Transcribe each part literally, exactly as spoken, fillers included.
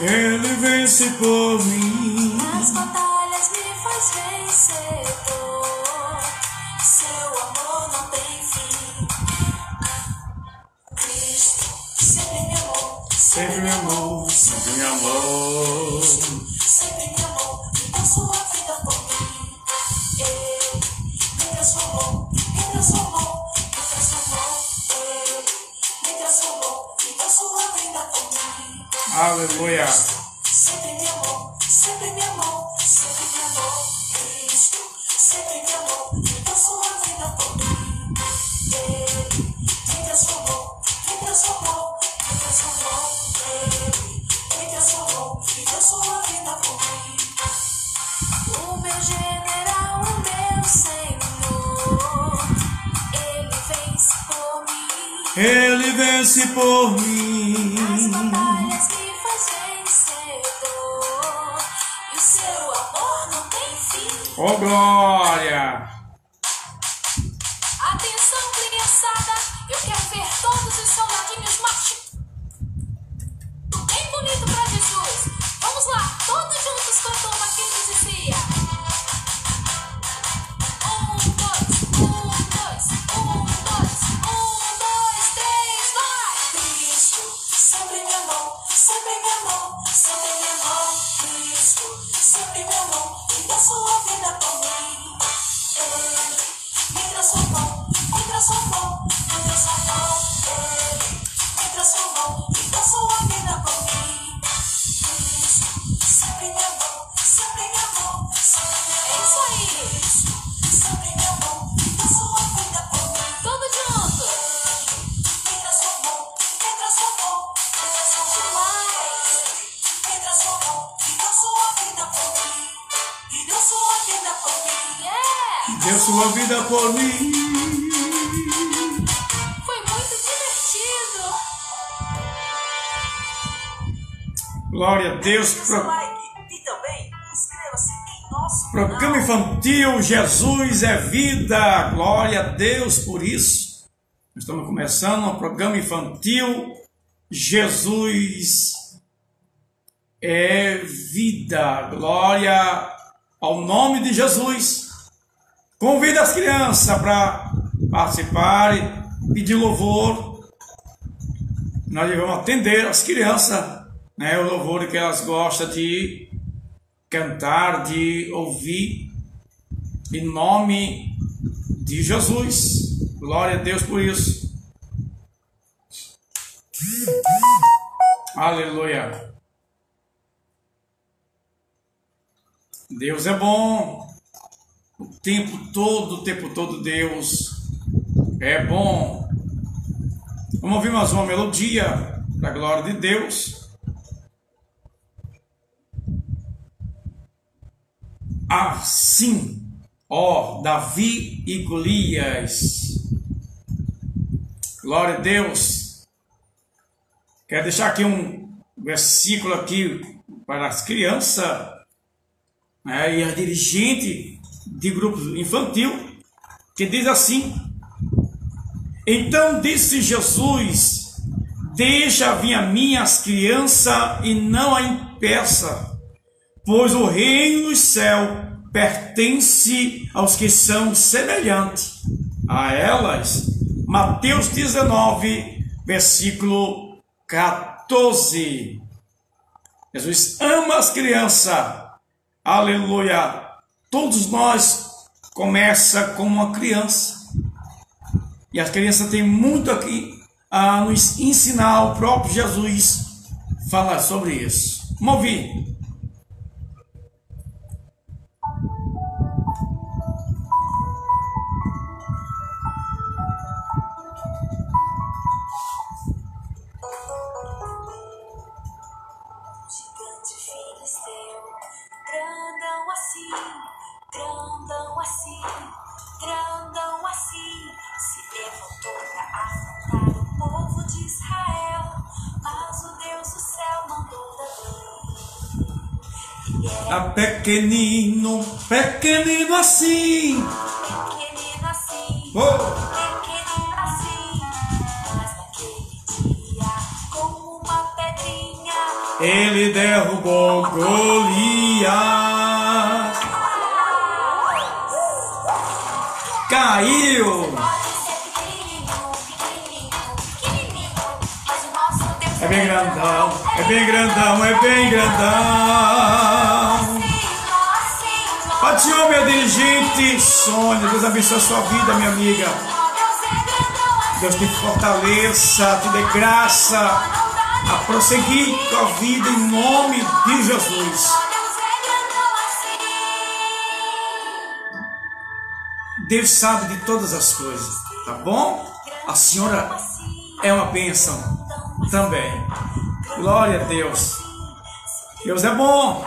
Ele vence por mim. Nas batalhas me faz vencedor. Seu amor não tem fim. Cristo sempre me amou, Sempre me amou, sempre me amou. sempre me amou e deu sua vida por mim. Ele me transformou, me transformou, me transformou. Ele me transformou e deu sua vida por mim. Aleluia. Sempre me amou, sempre me amou, sempre me amou. Cristo sempre me amou e deu sua vida por mim. Ele me transformou, me transformou, me transformou. Ele me transformou e deu sua vida por mim. O meu general, o meu Senhor, Ele vence por mim. Ele vence por mim. Nas batalhas me faz vencedor. E o seu amor não tem fim. Oh, glória. Atenção, criançada, eu quero ver todos os soldadinhos marchando bem bonito pra Jesus. Vamos lá, todos juntos com a turma que nos dizia. Um, dois, um, dois, um, dois, um, dois, três, vai! Cristo sempre me amou, sempre me amou, sempre me amou. Cristo sempre me amou e deu sua vida por mim. Ele me transformou, me transformou, me transformou. Ele me transformou e deu sua vida por mim. Cristo sempre me amou, sempre me amou, sempre me amou. É isso aí. Cristo sempre me amou e deu sua vida por mim. Tudo junto. Ele me transformou, me transformou, me transformou. Me transformou e deu sua vida por mim. E deu sua vida por mim. Yeah! Deu sua vida por mim. Foi muito divertido. Glória a Deus. Deixe Pro- seu like e também inscreva-se em nosso Programa canal. infantil Jesus é Vida. Glória a Deus por isso. Estamos começando o programa infantil Jesus é Vida. Glória ao nome de Jesus. Convido as crianças para participarem, pedir louvor. Nós vamos atender as crianças, né, o louvor que elas gostam de cantar, de ouvir, em nome de Jesus. Glória a Deus por isso. Aleluia. Deus é bom. O tempo todo, o tempo todo Deus é bom. Vamos ouvir mais uma melodia da glória de Deus. Assim, ó Davi e Golias. Glória a Deus. Quero deixar aqui um versículo aqui para as crianças, né, e a dirigente de grupo infantil, que diz assim: então disse Jesus, deixa vir a mim as crianças e não a impeça, pois o reino do céu pertence aos que são semelhantes a elas. Mateus dezenove, versículo quatorze. Jesus ama as crianças. Aleluia. Todos nós começa com uma criança. E as crianças têm muito aqui a nos ensinar. O próprio Jesus fala sobre isso. Vamos ouvir. Gigante filisteu, grandão assim, grandão assim, grandão assim, se levantou para afrontar o povo de Israel, mas o Deus do céu mandou Davi. E era Tá pequenino, pequenino assim. pequenino assim, Oh. pequenino assim, mas naquele dia, como uma pedrinha, Ele derrubou Golias. Caiu. É bem grandão, é bem grandão, é bem grandão. Pode ser, meu dirigente, Sônia. Deus abençoe a sua vida, minha amiga. Deus te fortaleça, te dê graça a prosseguir com a vida em nome de Jesus. Deus sabe de todas as coisas, tá bom? A senhora é uma bênção também. Glória a Deus. Deus é bom.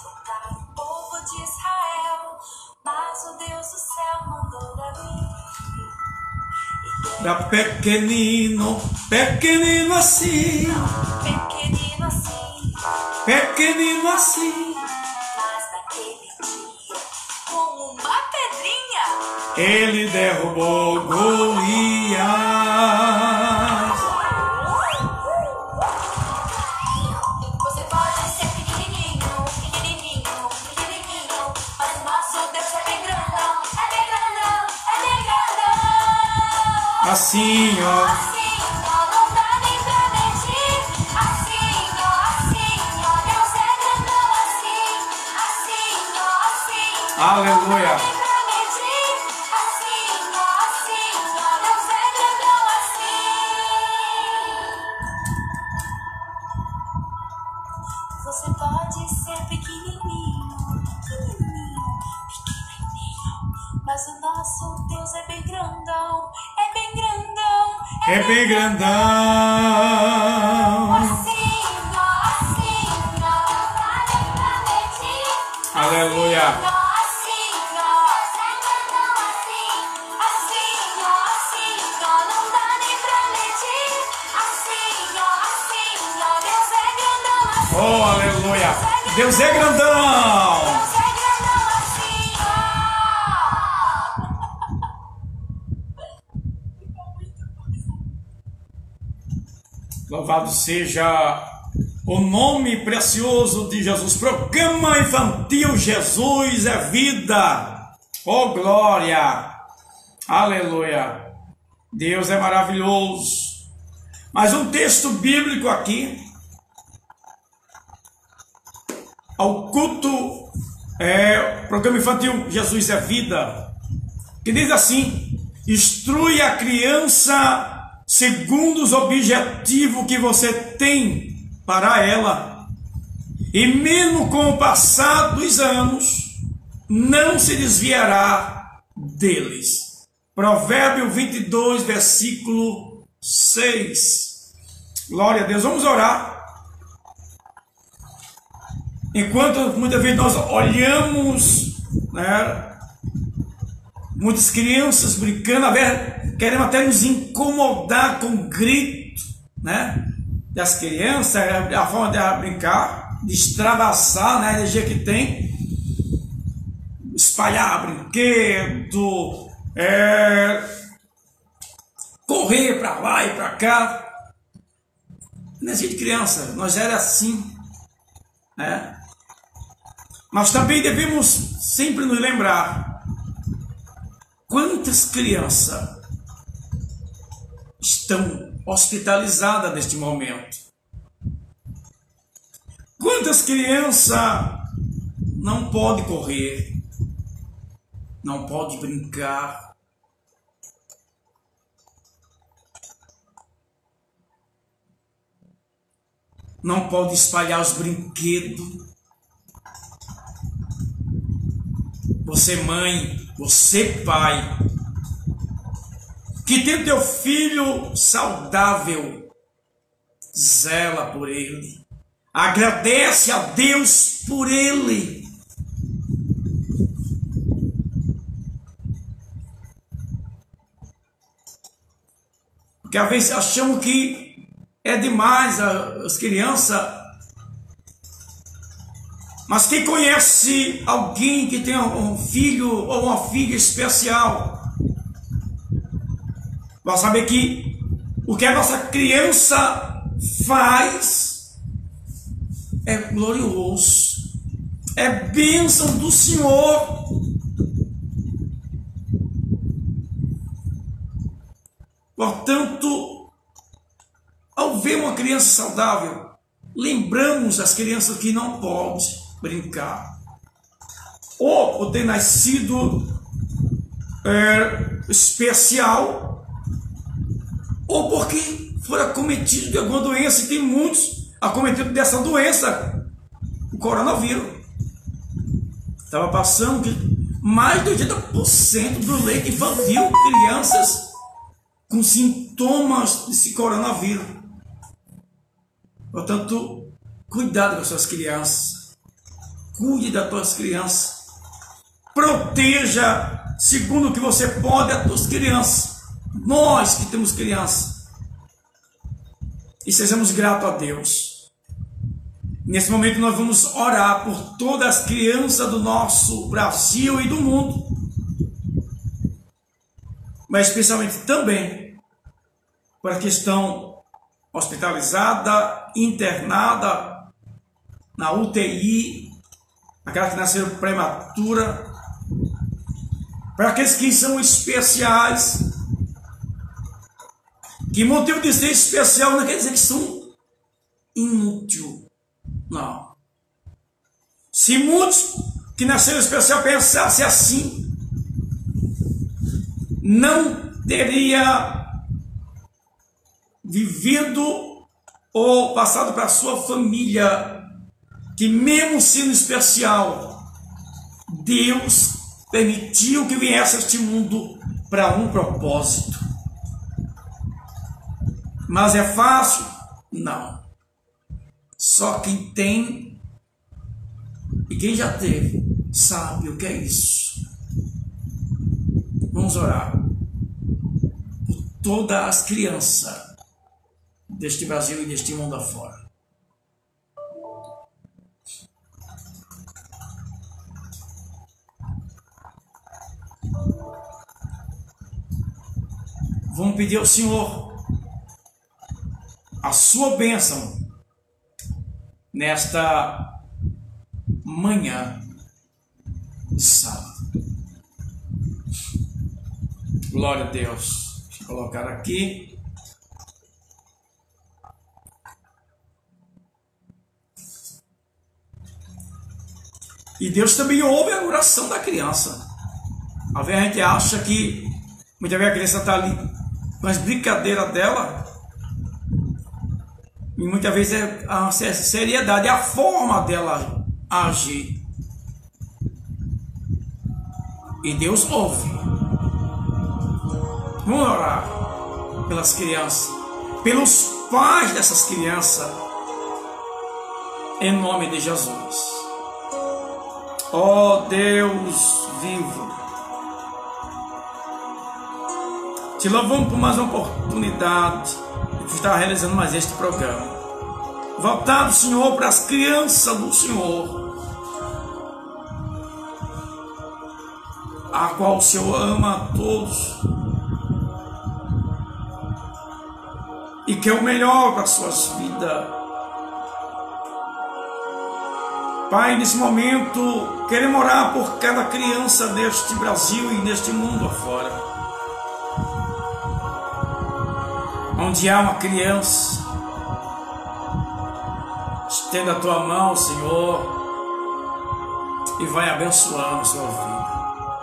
Era pequenino, pequenino assim, Pequenino assim, pequenino assim. mas naquele dia, com uma pedrinha, Ele derrubou Golias. você pode ser pequenininho, pequenininho, pequenininho, mas o nosso Deus é bem grandão, é bem grandão, é bem grandão. Assim, ó. Assim, ó, não dá nem pra medir. Assim, ó, assim, ó, Deus é grandão assim. Assim, ó, assim, ó, Aleluia. não dá nem pra medir. Assim, ó, assim, ó, Deus é grandão assim. Você pode ser pequenininho, pequenininho, pequenininho, mas o nosso Deus é bem grandão, é bem grandão, É bem grandão. assim, ó, assim, ó, não dá nem pra medir. Aleluia. Assim, ó, assim, ó, Deus é grandão assim. Assim, ó, assim, ó, não dá nem pra medir. Assim, ó, assim, ó, Deus é grandão assim. Oh, aleluia. Deus é grandão. Deus é grandão assim, ó. Louvado seja o nome precioso de Jesus. Programa infantil Jesus é vida. Oh, glória. Aleluia. Deus é maravilhoso. Mas um texto bíblico aqui. Ao culto, é, programa infantil Jesus é vida. Que diz assim: instrui a criança segundo os objetivos que você tem para ela, e mesmo com o passar dos anos, não se desviará deles. Provérbio vinte e dois, versículo seis. Glória a Deus. Vamos orar. Enquanto muitas vezes nós olhamos, né, muitas crianças brincando, querendo até nos incomodar com o grito, né, das crianças, a forma de brincar, de extravasar, né, a energia que tem, espalhar brinquedo, é, correr para lá e para cá. Energia de criança, nós era assim, né? Mas também devemos sempre nos lembrar quantas crianças estão hospitalizadas neste momento. Quantas crianças não podem correr, não podem brincar, não podem espalhar os brinquedos. Você mãe, você pai, que tem teu filho saudável, zela por ele, agradece a Deus por ele. Porque às vezes achamos que é demais as crianças. Mas quem conhece alguém que tem um filho ou uma filha especial, vai saber que o que a nossa criança faz é glorioso, é bênção do Senhor. Portanto, ao ver uma criança saudável, lembramos as crianças que não podem brincar, ou por ter nascido é, especial, ou porque foram acometidos de alguma doença, e tem muitos acometidos dessa doença, o coronavírus. Estava passando que mais de oitenta por cento do leite infantil, crianças com sintomas desse coronavírus. Portanto, cuidado com as suas crianças, cuide das tuas crianças, proteja segundo o que você pode as tuas crianças, nós que temos crianças, e sejamos gratos a Deus. Nesse momento nós vamos orar por todas as crianças do nosso Brasil e do mundo, mas especialmente também para que estão hospitalizada, internada na U T I, aquelas que nasceram prematura, para aqueles que são especiais, que motivo de ser especial não quer dizer que são inúteis, não. Se muitos que nasceram especial pensassem assim, não teria vivido ou passado para a sua família, que mesmo sendo especial, Deus permitiu que viesse a este mundo para um propósito. Mas é fácil? Não. Só quem tem e quem já teve sabe o que é isso. Vamos orar por todas as crianças deste Brasil e deste mundo afora. Vamos pedir ao Senhor a sua bênção nesta manhã de sábado. Glória a Deus. Deixa eu colocar aqui. E Deus também ouve a oração da criança. Às vezes a gente acha que muitas vezes a criança está ali com as brincadeiras dela, e muitas vezes é a seriedade, é a forma dela agir. E Deus ouve. Vamos orar pelas crianças, pelos pais dessas crianças, em nome de Jesus. Ó oh, Deus vivo, te louvamos por mais uma oportunidade de estar realizando mais este programa. Voltado, Senhor, para as crianças do Senhor, a qual o Senhor ama a todos e quer o melhor para as suas vidas. Pai, nesse momento, queremos orar por cada criança deste Brasil e neste mundo afora. Onde há uma criança, estenda a tua mão, Senhor, e vai abençoando a sua vida.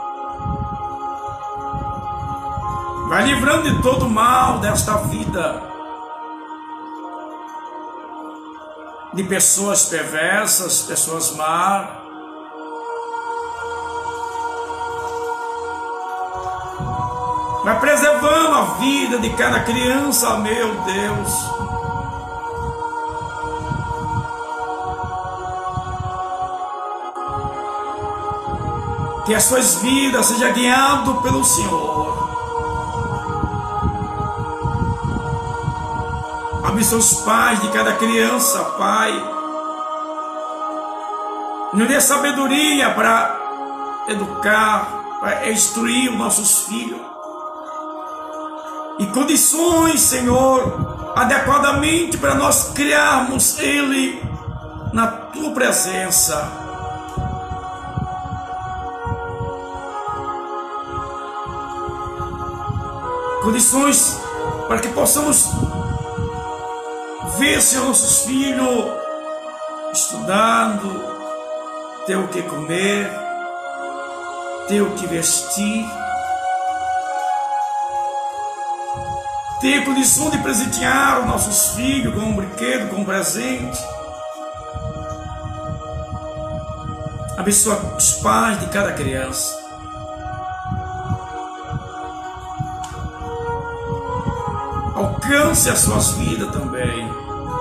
Vai livrando de todo o mal desta vida, de pessoas perversas, pessoas más. Vai preservando a vida de cada criança, meu Deus. Que as suas vidas sejam guiadas pelo Senhor. Abençoa os pais de cada criança, Pai. Nos dê sabedoria para educar, para instruir os nossos filhos. E condições, Senhor, adequadamente para nós criarmos ele na tua presença. Condições para que possamos ver, Senhor, nossos filhos estudando, ter o que comer, ter o que vestir, ter condição de presentear os nossos filhos com um brinquedo, com um presente. Abençoa os pais de cada criança. Alcance as suas vidas também.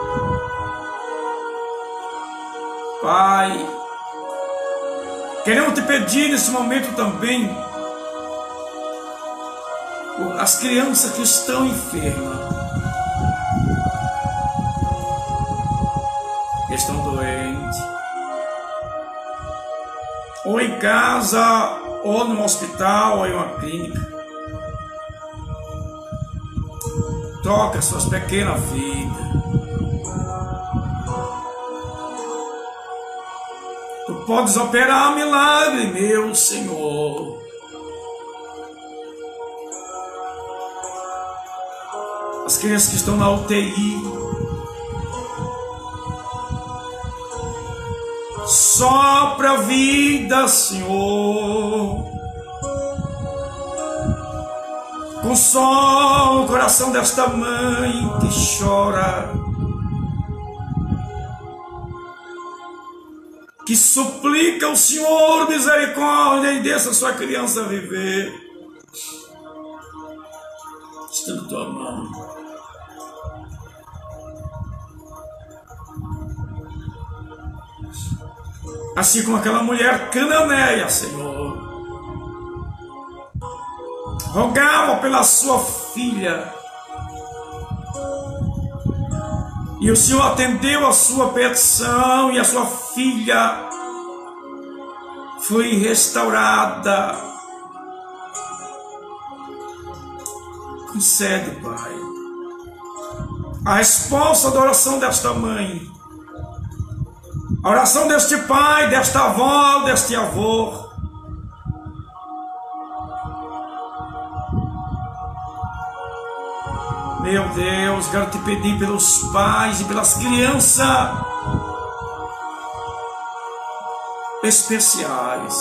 Pai, queremos te pedir nesse momento também as crianças que estão enfermas, que estão doentes, ou em casa, ou no hospital, ou em uma clínica. Toca suas pequenas vidas. Tu podes operar milagre, meu Senhor. As crianças que estão na U T I, sopra a vida, Senhor. Consola o coração desta mãe que chora, que suplica ao Senhor misericórdia e deixa a sua criança viver. Estenda tua mão. Assim como aquela mulher cananeia, Senhor, rogava pela sua filha, e o Senhor atendeu a sua petição, e a sua filha foi restaurada. Concede, Pai, a resposta da oração desta mãe, a oração deste pai, desta avó, deste avô. Meu Deus, quero te pedir pelos pais e pelas crianças especiais.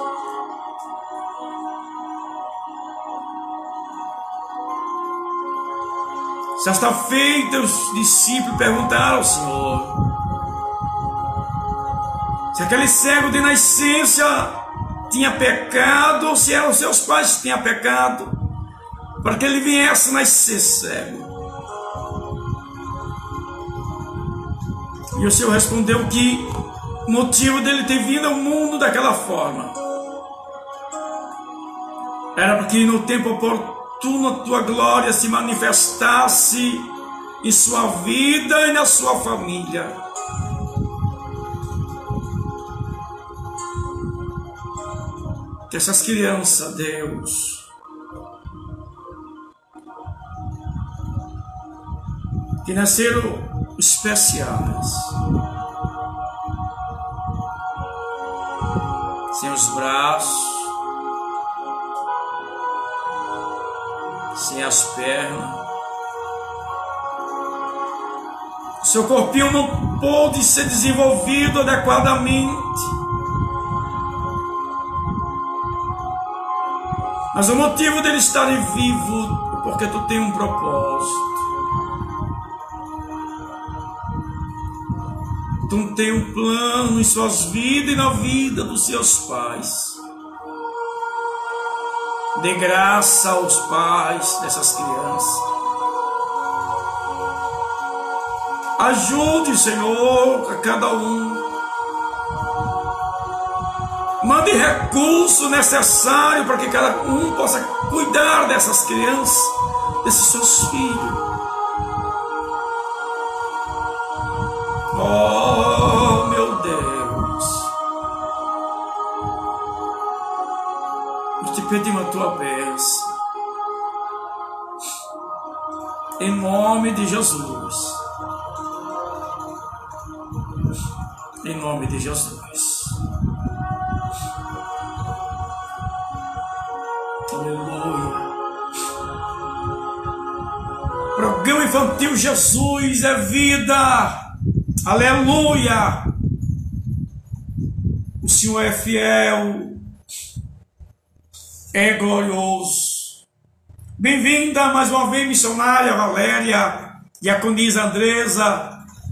Sexta-feira os discípulos perguntaram ao Senhor se aquele cego de nascença tinha pecado ou se eram seus pais que tinham pecado para que ele viesse nascer cego. E o Senhor respondeu que o motivo dele ter vindo ao mundo daquela forma era porque no tempo oportuno a tua glória se manifestasse em sua vida e na sua família. Que essas crianças, Deus, que nasceram especiais, sem os braços, sem as pernas, seu corpinho não pôde ser desenvolvido adequadamente, mas o motivo dele estarem vivos é porque tu tem um propósito. Tu tem um plano em suas vidas e na vida dos seus pais. Dê graça aos pais dessas crianças. Ajude, Senhor, a cada um. Mande recurso necessário para que cada um possa cuidar dessas crianças, desses seus filhos. Oh, meu Deus, nós te pedimos a tua bênção, em nome de Jesus. Em nome de Jesus. Aleluia. Programa infantil Jesus é vida. Aleluia. O Senhor é fiel. É glorioso. Bem-vinda mais uma vez, missionária Valéria, diaconisa Andresa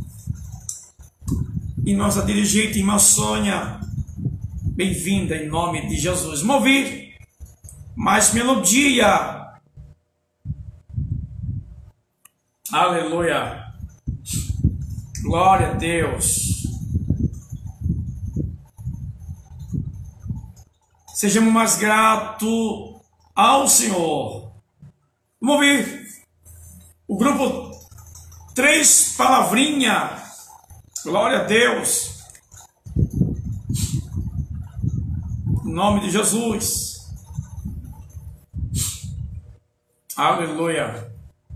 e nossa dirigente irmã Sônia. Bem-vinda em nome de Jesus. Vamos ouvir mais melodia. Aleluia. Glória a Deus. Sejamos mais gratos ao Senhor. Vamos ouvir o grupo Três Palavrinhas. Glória a Deus. Em nome de Jesus. Aleluia.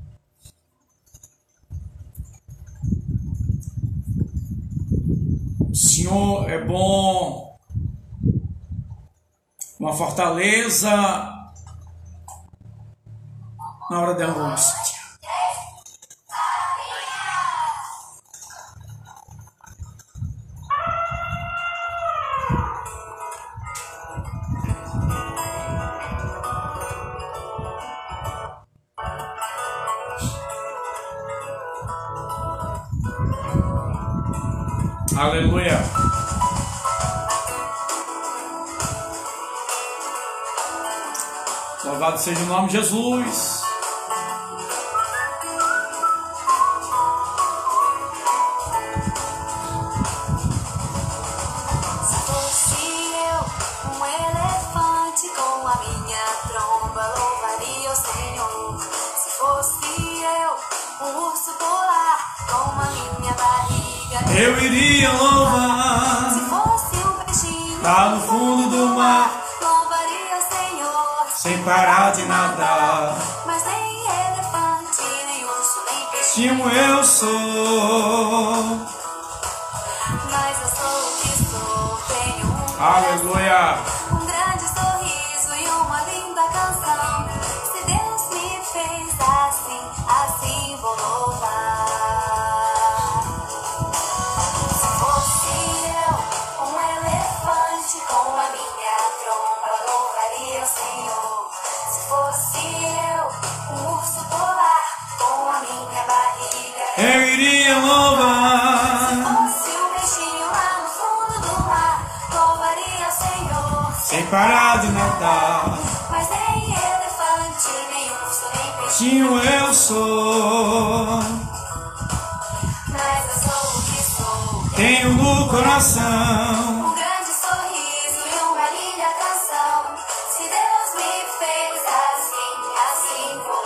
O Senhor é bom. Uma fortaleza na hora da angústia. Aleluia. Louvado seja o nome de Jesus. Se fosse eu um elefante com a minha tromba, louvaria o Senhor. Se fosse eu um urso polar com a minha barriga, Eu iria louvar. Se fosse um peixinho Lá no fundo do mar, louvaria o Senhor. sem parar de nadar. Mas nem elefante, nem urso, nem peixinho, Sim, eu sou. mas eu sou o que sou. Tenho um Aleluia. um grande sorriso e uma linda canção. Se Deus me fez assim, assim vou louvar. Se fosse eu um elefante com a minha tromba, louvaria o Senhor. Se fosse eu um urso polar com a minha barriga, Eu iria louvar. fosse um peixinho lá no fundo do mar, louvaria o Senhor. Sem parar de nadar. Mas nem elefante, nem urso, nem peixinho, Sim, eu sou. mas eu sou o que sou. Tenho no coração Um grande sorriso e uma linda canção. Se Deus me fez assim, assim vou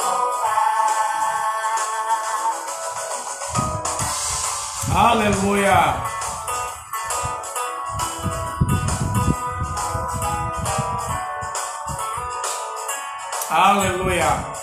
louvar. aleluia. Aleluia.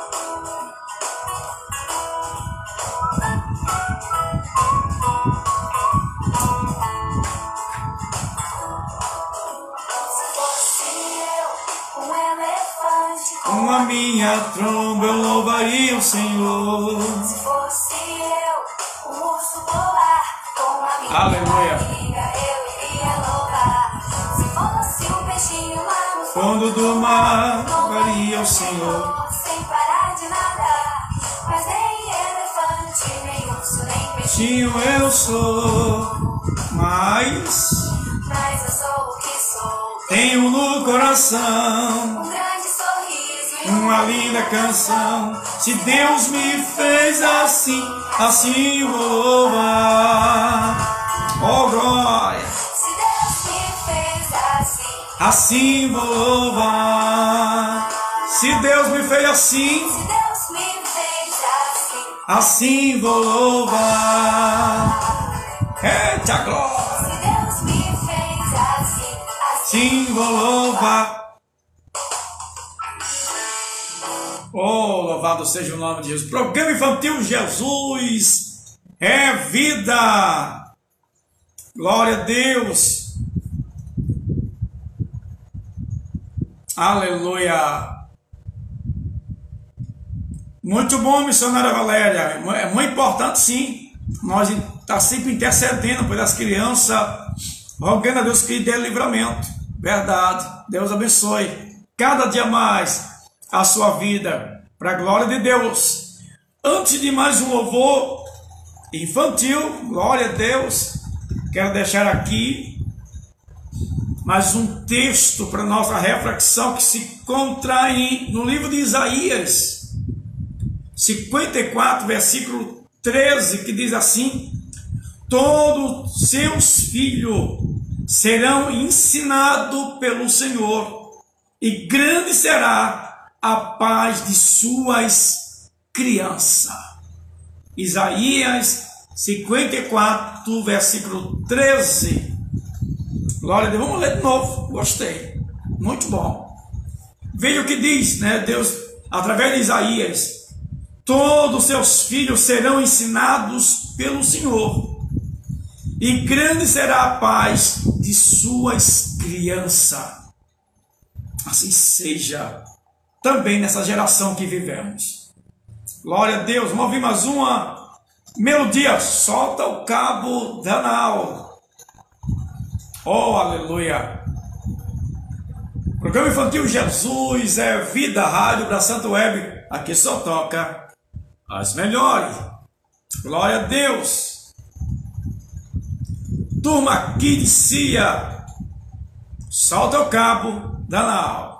Se fosse eu um elefante com Com a minha tromba eu louvaria o Senhor. Se fosse eu um urso polar com a minha Aleluia. barriga, eu iria louvar. Se fosse um peixinho lá no Fundo do mar louvaria o Senhor. sem parar de nadar. Mas nem elefante, nem urso, nem peixinho, Sim, eu sou. Mas mas eu sou o que sou. tenho no coração Um grande sorriso e uma linda canção. Se Deus me fez assim, assim vou louvar. Oh glória, Se Deus me fez assim, assim vou louvar. Se Deus me fez assim, se Deus me fez assim, assim vou louvar. Eita glória, se Deus me fez assim, assim assim vou louvar. Oh, louvado seja o nome de Jesus. Programa infantil Jesus é vida. Glória a Deus. Aleluia. Muito bom, missionária Valéria. É muito importante, sim. Nós está sempre intercedendo pelas crianças, rogando a Deus que dê livramento. Verdade. Deus abençoe cada dia mais a sua vida, para a glória de Deus. Antes de mais um louvor infantil, glória a Deus, quero deixar aqui mais um texto para nossa reflexão que se encontra em, no livro de Isaías, cinquenta e quatro, versículo treze, que diz assim: todos seus filhos serão ensinados pelo Senhor, e grande será a paz de suas crianças. Isaías cinquenta e quatro, versículo treze. Glória a Deus. Vamos ler de novo. Gostei. Muito bom. Veja o que diz, né? Deus, através de Isaías: todos seus filhos serão ensinados pelo Senhor, e grande será a paz de suas crianças. Assim seja também nessa geração que vivemos. Glória a Deus. Vamos ouvir mais uma melodia. Solta o cabo danal. Oh, aleluia. Programa Infantil Jesus é Vida, Rádio para Santo Web. Aqui só toca as melhores. Glória a Deus. Turma aqui de Cia, solta o cabo danal.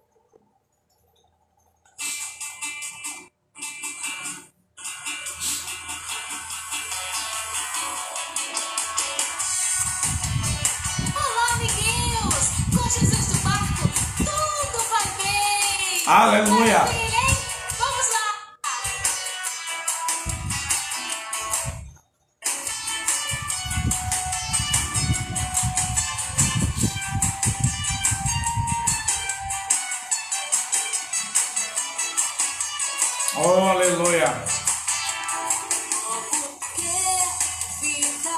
Olá, amiguinhos! Com Jesus no barco, tudo vai bem! Aleluia! Vai bem, hein? Vamos lá! Oh, aleluia! Porque vida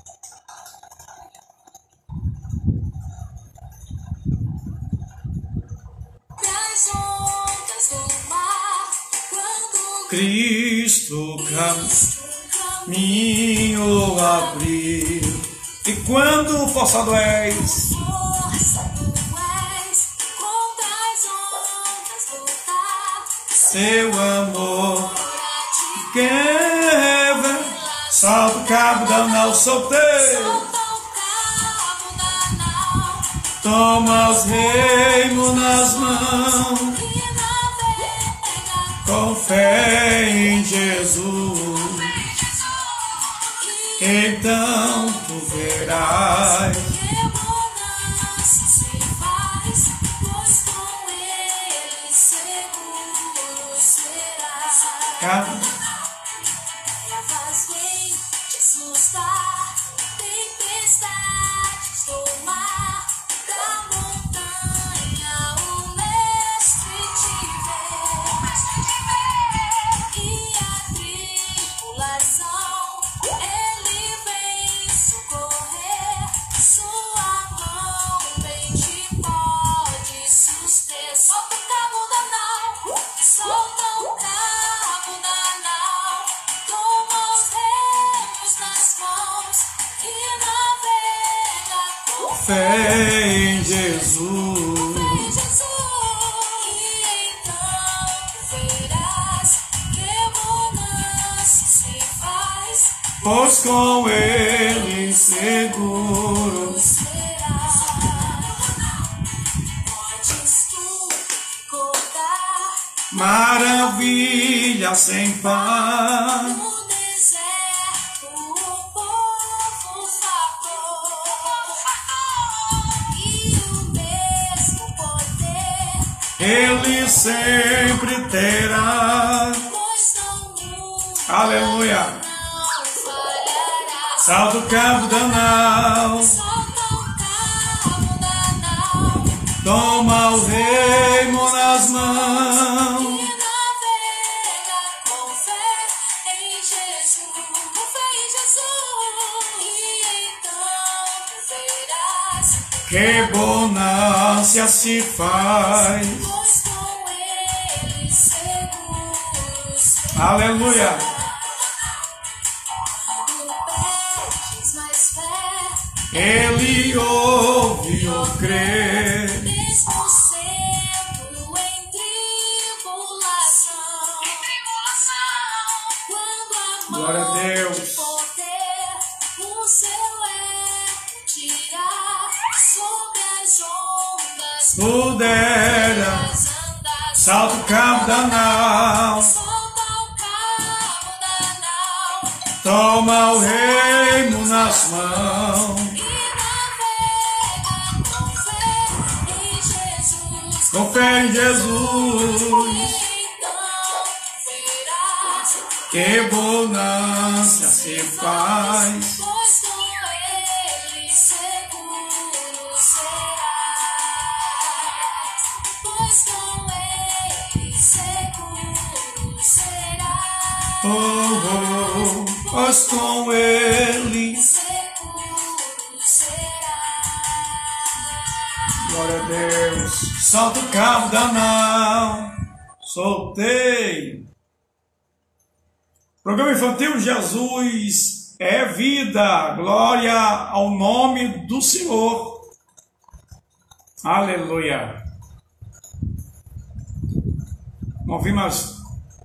das ondas do mar, quando Cristo Cristo caminho abriu, e quando forçado és, força tu és, contra as ondas lutar, seu amor para te quebra, salta o cabo danal, solteiro, solta o cabo da nau, toma os reis nas mãos, e navega com fé em Jesus. Então tu verás que bonança se faz, pois com ele seguro serás. cabo. Trevas vêm te assustar, tempestades do mar, da montanha o mestre te vê, e a tribulação ele vem socorrer, sua mão bem te pode suster. Solta o cabo da nau, solta o cabo da nau, toma os remos nas mãos e navega com Fé em Jesus. em Jesus. E então tu verás que bonança se faz, Pois com ele seguro. será. Podes tu contar Maravilha sem par. no deserto o povo fartou, e o mesmo poder, Ele sempre terá. pois não nunca Aleluia. não falhará. Salta o cabo danal, Solta o cabo da nau, toma o reino nas mãos. e navega com fé em Jesus, com fé em Jesus. E então que bonança se faz. Pois com ele seguro será. Aleluia. Perdes mais perto, Ele ouve o crer. mesmo sendo em tribulação. Quando a Glória a mão Deus. de poder o seu erro tirar, sobre as ondas Pudera, andar, salta o cabo da nau, solta o cabo da nau toma o reino nas mãos. e navega com fé em Jesus. Com fé em Jesus, Então verás, que bonança se faz. pois com ele seguro serás. Pois com ele seguro serás. Oh, oh, pois com ele. Seguro serás. Glória a Deus. Solta o cabo da nau. Soltei. Programa infantil Jesus é vida. Glória ao nome do Senhor. Aleluia. Ouvimos.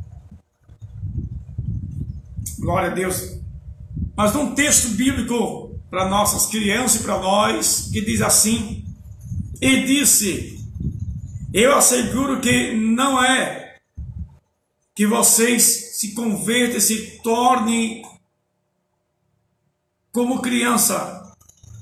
Glória a Deus. Mas um texto bíblico para nossas crianças e para nós que diz assim: e disse, eu asseguro que não é que vocês se convertam e se tornem como criança.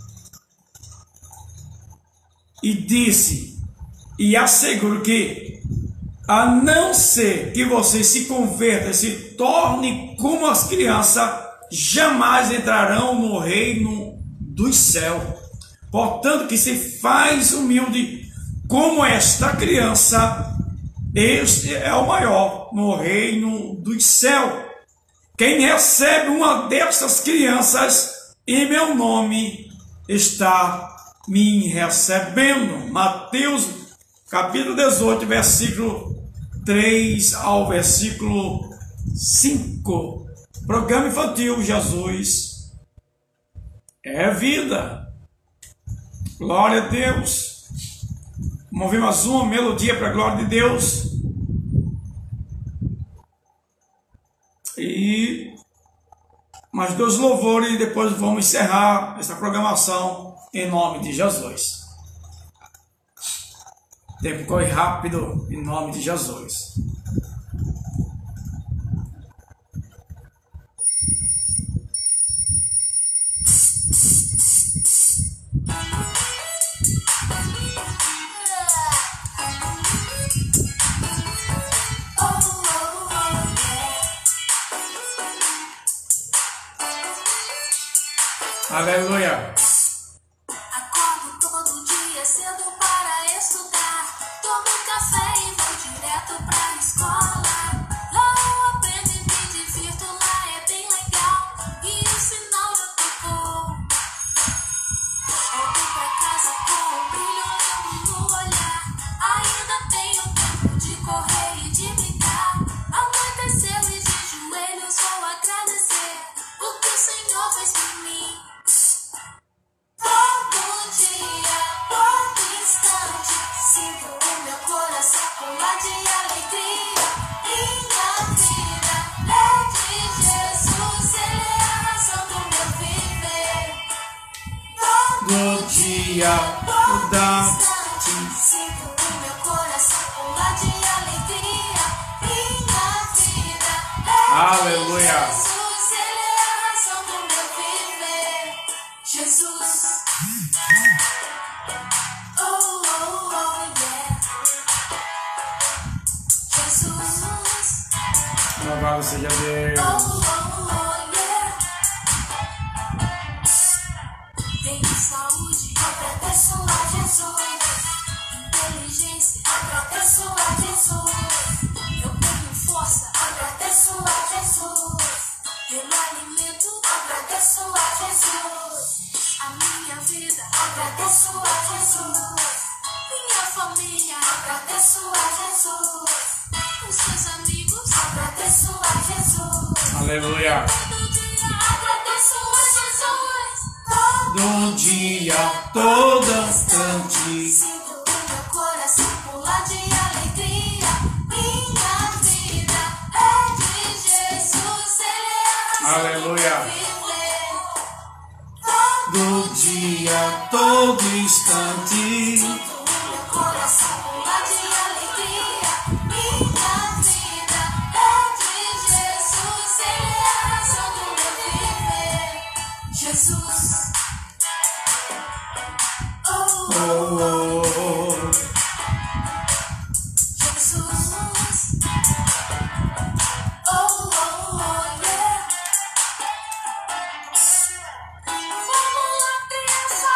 E disse, e asseguro que, a não ser que vocês se convertam e se tornem como as crianças, jamais entrarão no reino dos céus. Portanto, que se faz humilde como esta criança, este é o maior no reino dos céus. Quem recebe uma dessas crianças em meu nome está me recebendo. Mateus capítulo dezoito, versículo três ao versículo cinco. Programa infantil Jesus é vida. Glória a Deus. Vamos ouvir mais uma melodia para a glória de Deus. E mais dois louvores e depois vamos encerrar essa programação em nome de Jesus. O tempo corre rápido em nome de Jesus. Aleluia. Acordo todo dia cedo para estudar. Tomo café e vou direto pra escola. Lá eu aprendo e me divirto, lá é bem legal. E o sinal já tocou. Volto pra casa com um brilho lindo no olhar. Ainda tenho tempo de correr e de brincar. Anoiteceu e de joelhos vou agradecer o que o Senhor fez por mim. Todo dia, todo instante, sinto o meu coração pular de alegria. Minha vida é de Jesus, Ele é a razão do meu viver. Do dia, todo da instante, sinto o meu coração pular de alegria. Minha vida é Aleluia. de Jesus, Ele é a razão do meu viver. Jesus. Oh, oh, oh, yeah. Jesus. Louvado seja Oh, Deus. oh, oh, yeah. Tenho saúde, agradeço a Jesus. Inteligência, agradeço a Jesus. Eu tenho força, agradeço a Jesus. Pelo alimento, agradeço a Jesus. A minha vida, agradeço a Jesus. Jesus. Minha família, agradeço a Jesus. Os seus amigos, agradeço a Jesus. Aleluia. Todo dia, agradeço a Jesus. Do dia, todo instante. Sinto o meu coração pular de alegria. Minha vida é de Jesus. Ele é a razão Aleluia. do viver. Do dia, todo instante. Sinto o meu coração pular de alegria. Minha vida é de Jesus. Ele é a razão do meu viver. Jesus. Oh, Oh, oh, oh. Jesus. Oh, oh, oh, yeah. Vamos lá, criança.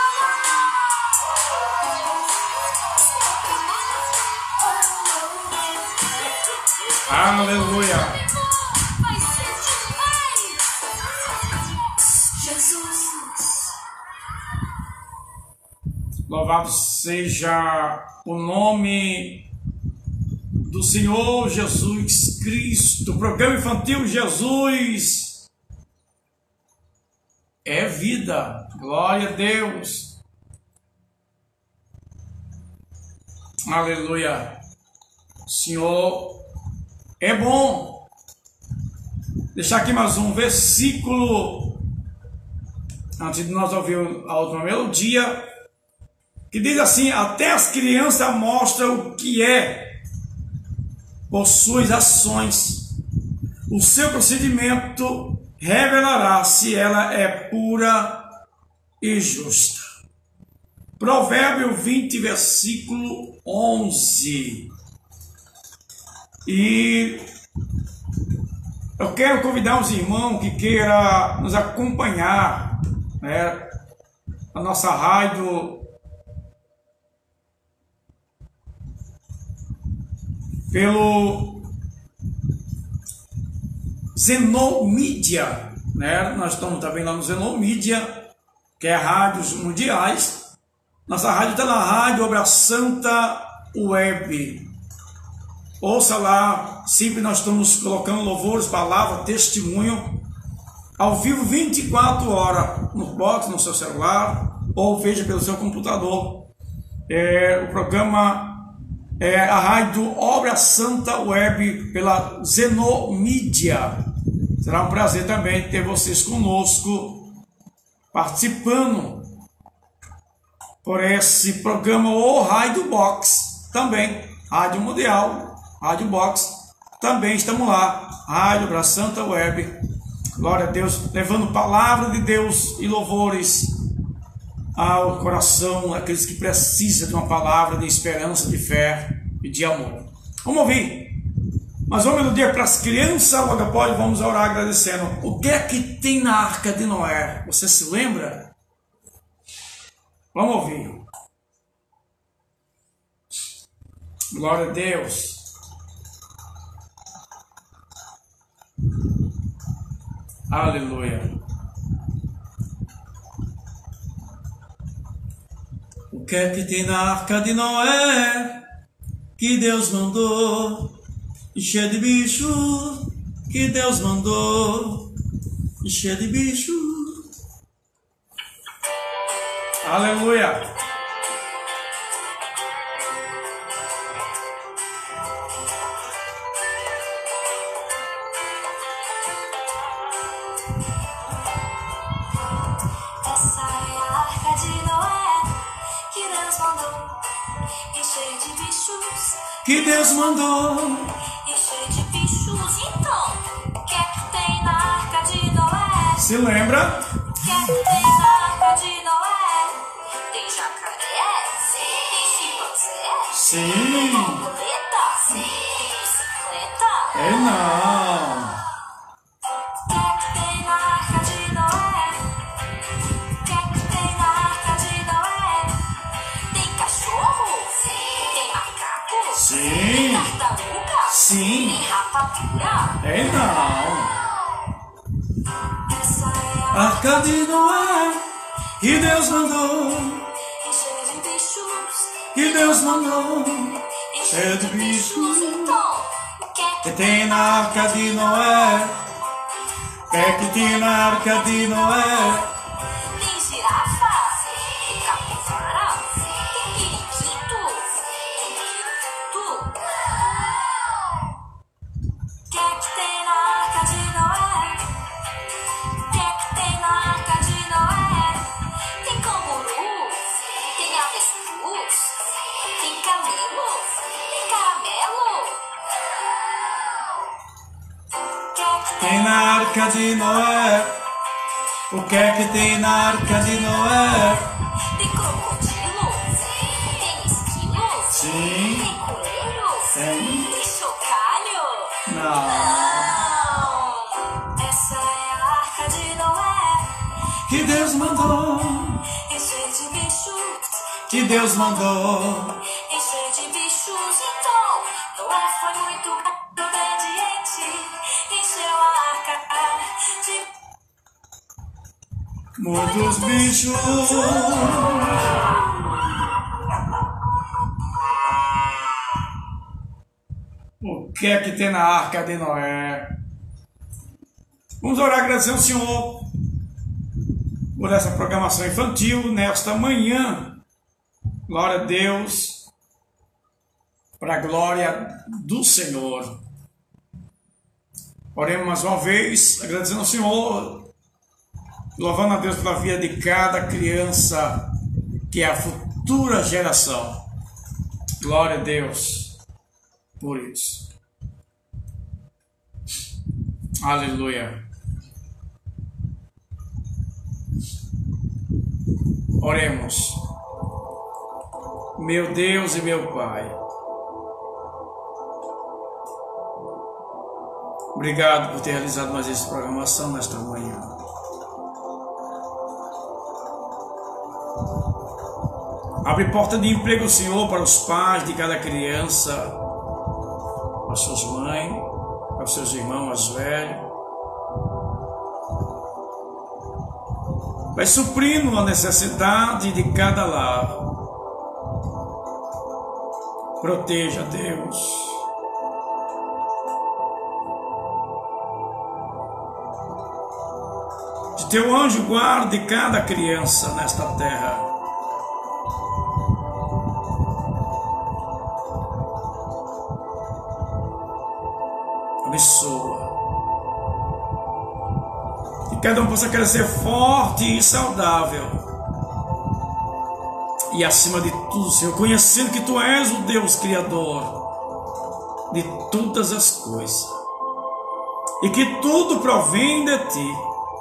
Aleluia. Vai ser demais. Jesus. Louvado seja o nome do Senhor Jesus Cristo. Programa infantil Jesus é vida. Glória a Deus. Aleluia. O Senhor é bom. Deixar aqui mais um versículo antes de nós ouvir a última melodia, que diz assim: até as crianças mostram o que é por suas ações. O seu procedimento revelará se ela é pura e justa. Provérbio vinte, versículo onze. E eu quero convidar os irmãos que queiram nos acompanhar, né, a nossa rádio pelo Zenomídia, né? Nós estamos também lá no Zenomídia, que é rádios mundiais. Nossa rádio está na Rádio Obra Santa Web. Ouça lá, sempre nós estamos colocando louvores, palavra, testemunho, ao vivo vinte e quatro horas, no box, no seu celular, ou veja pelo seu computador. É, o programa é a Rádio Obra Santa Web pela Zenomídia. Será um prazer também ter vocês conosco, participando por esse programa, ou Rádio Box, também, Rádio Mundial, Rádio Box, também estamos lá, Rádio Obra Santa Web, glória a Deus, levando palavra de Deus e louvores ao coração, aqueles que precisam de uma palavra de esperança, de fé e de amor. Vamos ouvir mais uma melodia para as crianças, logo após vamos orar agradecendo. O que é que tem na Arca de Noé? Você se lembra? Vamos ouvir. Glória a Deus. Aleluia. O que é que tem na Arca de Noé que Deus mandou? Encher de bicho que Deus mandou. Encher de bicho. Aleluia. Essa é a Arca de Noé que Deus mandou, e cheia de bichos, Que Deus mandou. e cheia de bichos. Então, o que é que tem na Arca de Noé? Se lembra? O que é que tem na Arca de Noé? Tem jacaré? Sim. Tem chimpanzé? Sim. Tem borboleta? Sim. Tem bicicleta? É não. O que é que tem na Arca de Noé? O que é que tem na Arca de Noé? Tem cachorro? Sim. Tem macaco? Sim. Tem tartaruga? Sim. Tem rapadura? É não. Essa é a Arca de Noé que Deus mandou. e cheia de bichos. que Deus mandou, Encher de bichos, então. O que é que que tem na arca de Noé, o que é que tem na arca de Noé? tem girafa? Tem capivara? Tem periquito? Periquito? O que é que tem na arca de Noé? O que é que tem na arca de Noé? Tem canguru? Tem avestruz? Tem camelo? Tem caramelo? O que é que Tem na arca de Noé, o que é que tem na arca de Noé? tem crocodilo? Tem esquilo? Sim, Tem coelho? tem. Tem chocalho? Não, Não! Essa é a arca de Noé. que Deus mandou, Encher de bichos, que Deus mandou. encher de bichos. Então, Noé foi muito obediente. Encheu a arca de Muitos bichos. O que é que tem na arca de Noé? Vamos orar agradecendo ao Senhor por essa programação infantil nesta manhã. Glória a Deus, para a glória do Senhor. Oremos mais uma vez, agradecendo ao Senhor, louvando a Deus pela vida de cada criança, que é a futura geração. Glória a Deus por isso. Aleluia. Oremos. Meu Deus e meu Pai, obrigado por ter realizado mais essa programação nesta manhã. Abre porta de emprego, Senhor, para os pais de cada criança, para suas mães, para os seus irmãos mais velhos. Vai suprindo a necessidade de cada lar. Proteja, Deus. De teu anjo guarde cada criança nesta terra. Abençoa. Que cada um possa crescer forte e saudável. E acima de tudo, Senhor, conhecendo que Tu és o Deus Criador de todas as coisas. E que tudo provém de Ti.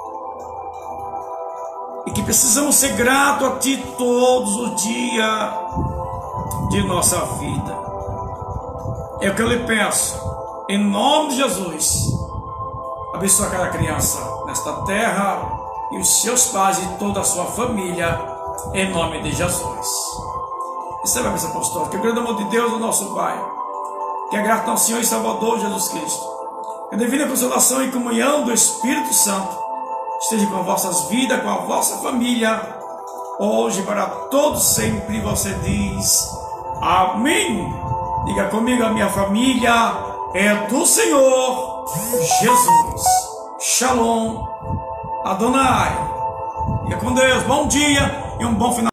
E que precisamos ser gratos a Ti todos os dias de nossa vida. É o que eu lhe peço. Em nome de Jesus. Abençoa cada criança nesta terra e os seus pais e toda a sua família. Em nome de Jesus. Receba a bênção apostólica. Que o grande amor de Deus, o nosso Pai, que a graça do Senhor e Salvador Jesus Cristo, que a divina consolação e comunhão do Espírito Santo esteja com as vossas vidas, com a vossa família, hoje e para todos sempre. Você diz amém. Diga comigo: a minha família é do Senhor Jesus. Shalom Adonai. Fica com Deus. Bom dia e um bom final.